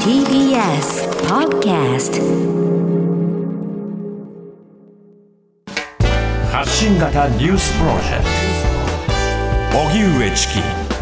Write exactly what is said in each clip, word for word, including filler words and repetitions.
ティービーエス Podcast 発信型ニュースプロジェクト荻上チキ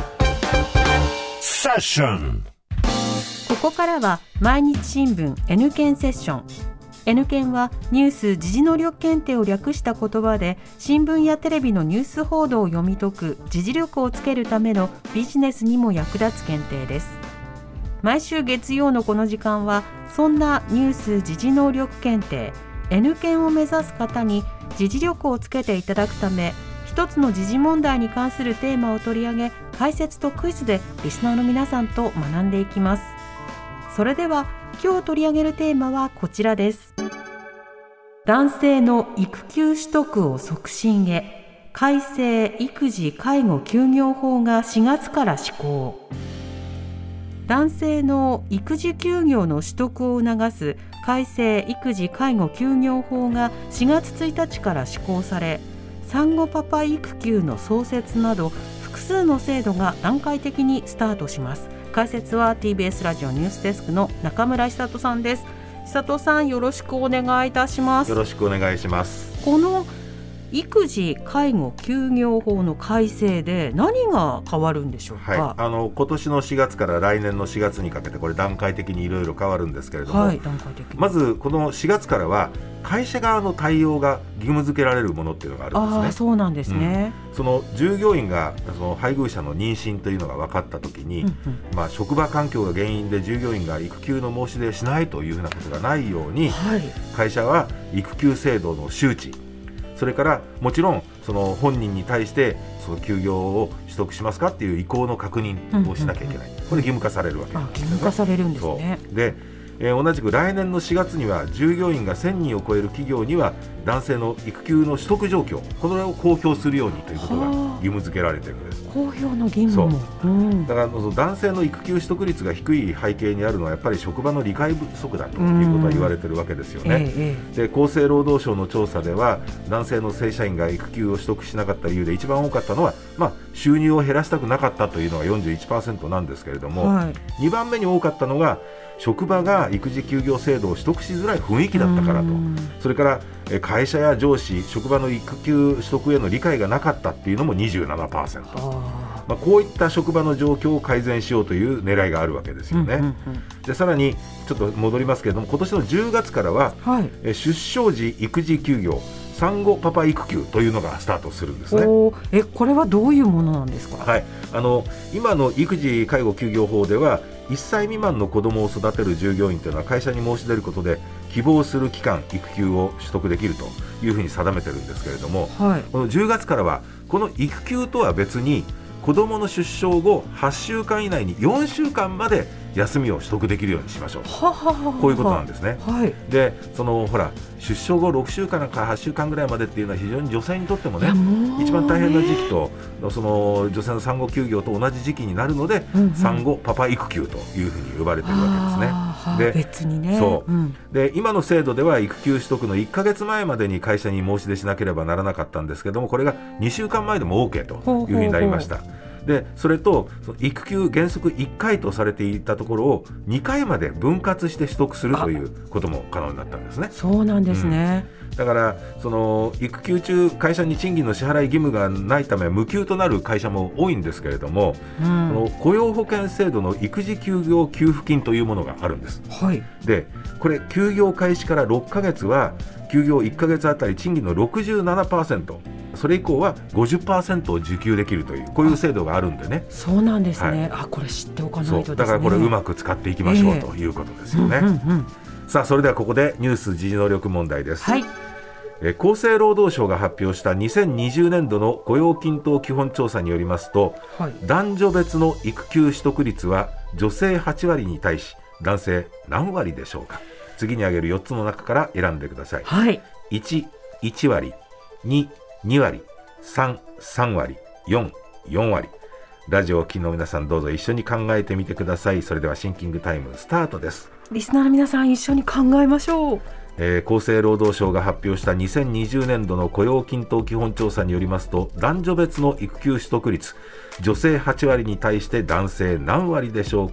セッション。 ここからは毎日新聞 N 検セッション。 N 検はニュース時事能力検定を略した言葉で、新聞やテレビのニュース報道を読み解く時事力をつけるためのビジネスにも役立つ検定です。毎週月曜のこの時間は、そんなニュース時事能力検定 N 検を目指す方に時事力をつけていただくため、一つの時事問題に関するテーマを取り上げ、解説とクイズでリスナーの皆さんと学んでいきます。それでは今日取り上げるテーマはこちらです。男性の育休取得を促進へ、改正育児介護休業法がしがつから施行。男性の育児休業の取得を促す改正育児介護休業法がしがつついたちから施行され、産後パパ育休の創設など複数の制度が段階的にスタートします。解説は ティービーエス ラジオニュースデスクの中村久人さんです。久人さん、よろしくお願いいたします。 よろしくお願いします。 この育児介護休業法の改正で何が変わるんでしょうか。 はい、あの今年のしがつから来年のしがつにかけて、これ段階的にいろいろ変わるんですけれども、 はい、段階的にまずこのしがつからは会社側の対応が義務付けられるものっていうのがあるんですね。 あ、そうなんですね、 うん、その従業員がその配偶者の妊娠というのが分かったときに、うんうん、まあ、職場環境が原因で従業員が育休の申し出しないというふうなことがないように、はい、会社は育休制度の周知、それからもちろんその本人に対してその休業を取得しますかっていう意向の確認をしなきゃいけない、うんうんうん、これ義務化されるわけです、ね、 あ、義務化されるんですね。 で、えー、同じく来年のしがつには従業員がせんにんを超える企業には男性の育休の取得状況、これを公表するようにということが義務付けられているんです。 公表の義務も、 そう、うん、だからその男性の育休取得率が低い背景にあるのはやっぱり職場の理解不足だということは言われているわけですよね、ええ、で厚生労働省の調査では男性の正社員が育休を取得しなかった理由で一番多かったのは、まあ、収入を減らしたくなかったというのが よんじゅういちパーセント なんですけれども、はい、にばんめに多かったのが職場が育児休業制度を取得しづらい雰囲気だったからと、それから会社や上司、職場の育休取得への理解がなかったっていうのも にじゅうななパーセント、あ、まあ、こういった職場の状況を改善しようという狙いがあるわけですよね、うんうんうん、でさらにちょっと戻りますけれども、今年のじゅうがつからは、はい、え出生時育児休業、産後パパ育休というのがスタートするんですね。 お、えこれはどういうものなんですか。 はい、あの今の育児介護休業法ではいっさい未満の子どもを育てる従業員というのは会社に申し出ることで希望する期間育休を取得できるというふうに定めてるんですけれども、はい、このじゅうがつからはこの育休とは別に子どもの出生後はっしゅうかん以内によんしゅうかんまで休みを取得できるようにしましょう、はははは、こういうことなんですね、はい、でそのほら出生後ろくしゅうかんからはっしゅうかんぐらいまでっていうのは非常に女性にとってもね、一番大変な時期とその女性の産後休業と同じ時期になるので、うんうん、産後パパ育休というふうに呼ばれているわけですね。で別にね、 そう、うん、で今の制度では育休取得のいっかげつまえまでに会社に申し出しなければならなかったんですけども、これがにしゅうかんまえでも OK というふうになりました。ほうほうほう。でそれと育休原則いっかいとされていたところをにかいまで分割して取得するということも可能になったんですね。 そうなんですね、 うん、だからその育休中会社に賃金の支払い義務がないため無給となる会社も多いんですけれども、うん、この雇用保険制度の育児休業給付金というものがあるんです、はい、でこれ休業開始からろっかげつは休業いっかげつあたり賃金の ろくじゅうななパーセント、それ以降は ごじゅっパーセント を受給できるというこういう制度があるんでね。 そうなんですね、はい、あこれ知っておかないとですね。 だからこれうまく使っていきましょう、えー、ということですよね、うんうんうん、さあそれではここでニュース時事能力問題です、はい、え厚生労働省が発表したにせんにじゅうねんどの雇用均等基本調査によりますと、はい、男女別の育休取得率は女性はちわりに対し男性何割でしょうか。次に挙げるよっつの中から選んでください、はい、いち、いちわり、に、にわり、さん、さんわり、よん、よんわり。ラジオを聴きの皆さんどうぞ一緒に考えてみてください。それではシンキングタイムスタートです。 リスナーの皆さん一緒に考えましょう。 えー、厚生労働省が発表したにせんにじゅうねんどの雇用均等基本調査によりますと、男女別の育休取得率、女性はちわりに対して男性何割でしょうか。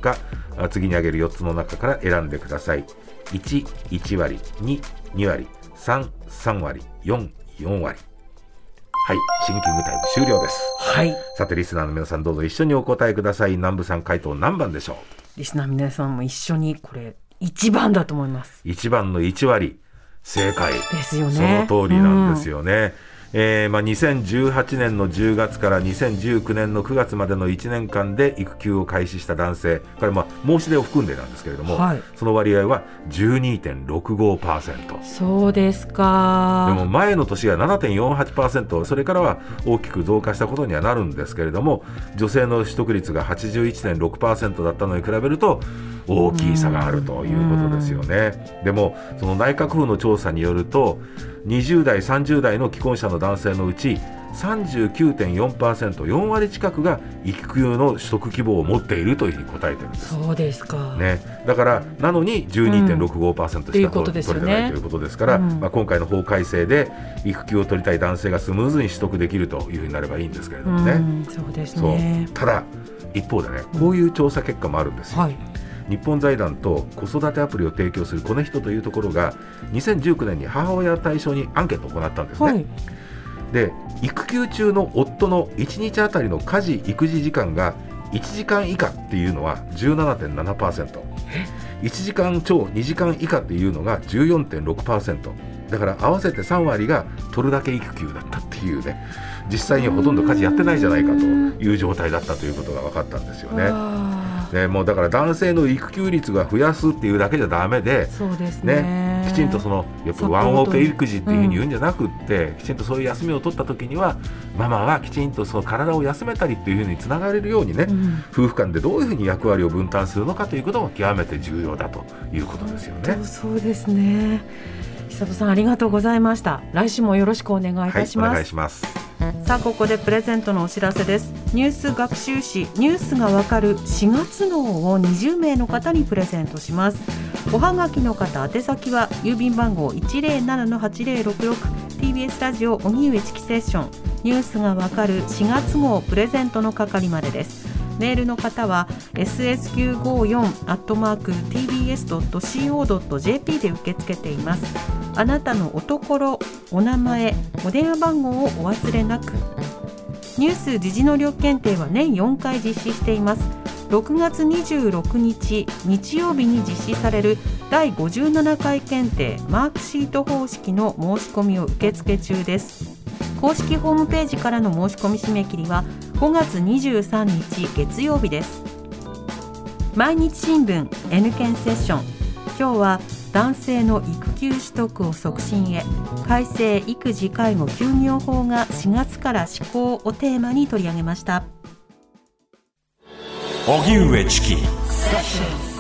次に挙げるよっつの中から選んでください。いち、いち割、に、に割、さん、さん割、よん、よん割。はい、シンキングタイム終了です。 はい。 さてリスナーの皆さんどうぞ一緒にお答えください。南部さん回答何番でしょう。 リスナーの皆さんも一緒にこれいちばんだと思います。 いちばんのいち割正解ですよね。 その通りなんですよね、うんえーまあ、にせんじゅうはちねんのじゅうがつからにせんじゅうきゅうねんのくがつまでのいちねんかんで育休を開始した男性、これまあ申し出を含んでなんですけれども、はい、その割合は じゅうにてんろくごパーセント。 そうですか。 でも前の年が ななてんよんはちパーセント、 それからは大きく増加したことにはなるんですけれども、女性の取得率が はちじゅういちてんろくパーセント だったのに比べると大きい差があるということですよね。でもその内閣府の調査によるとにじゅう代さんじゅう代の既婚者の男性のうち さんじゅうきゅうてんよんパーセント、よん割近くが育休の取得希望を持っているというふうに答えているんです。 そうですか、 ね、だからなのに じゅうにてんろくごパーセント しか取れてないということですから、うんまあ、今回の法改正で育休を取りたい男性がスムーズに取得できるというふうになればいいんですけれどもね、うん、 そうですね。 そうただ一方でね、こういう調査結果もあるんですよ、はい日本財団と子育てアプリを提供するコネヒトというところがにせんじゅうきゅうねんに母親を対象にアンケートを行ったんですね、はい、で育休中の夫のいちにちあたりの家事育児時間がいちじかん以下っていうのは じゅうななてんななパーセント、 いちじかん超にじかん以下っていうのが じゅうよんてんろくパーセント、 だから合わせてさん割が取るだけ育休だったっていうね、実際にほとんど家事やってないじゃないかという状態だったということが分かったんですよね。ね、もうだから男性の育休率が増やすっていうだけじゃダメで、 そうですね、 ね、きちんとそのやっぱワンオペ育児っていうふうに言うんじゃなくって、うん、きちんとそういう休みを取った時にはママはきちんとその体を休めたりっていうふうにつながれるようにね、うん、夫婦間でどういうふうに役割を分担するのかということが極めて重要だということですよね。 そうですね。久保さんありがとうございました。来週もよろしくお願いいたします。はい、お願いします。さあここでプレゼントのお知らせです。ニュース学習誌ニュースがわかるしがつ号をにじゅうめいの方にプレゼントします。おはがきの方宛先は郵便番号 いちぜろななのはちぜろろくろく ティービーエス ラジオ荻上チキセッションニュースがわかるしがつ号プレゼントの係までです。メールの方は エスエスきゅうごよん アットマーク ティービーエス ドット シーオー ドット ジェーピー で受け付けています。あなたのおところ、お名前、お電話番号をお忘れなく。ニュース時事能力検定は年よんかい実施しています。ろくがつにじゅうろくにち日曜日に実施されるだいごじゅうななかい検定マークシート方式の申し込みを受付中です。公式ホームページからの申し込み締め切りはごがつにじゅうさんにち月曜日です。毎日新聞 N 検セッション、今日は男性の育休取得を促進へ改正育児介護休業法がしがつから施行をテーマに取り上げました。 荻上チキセッション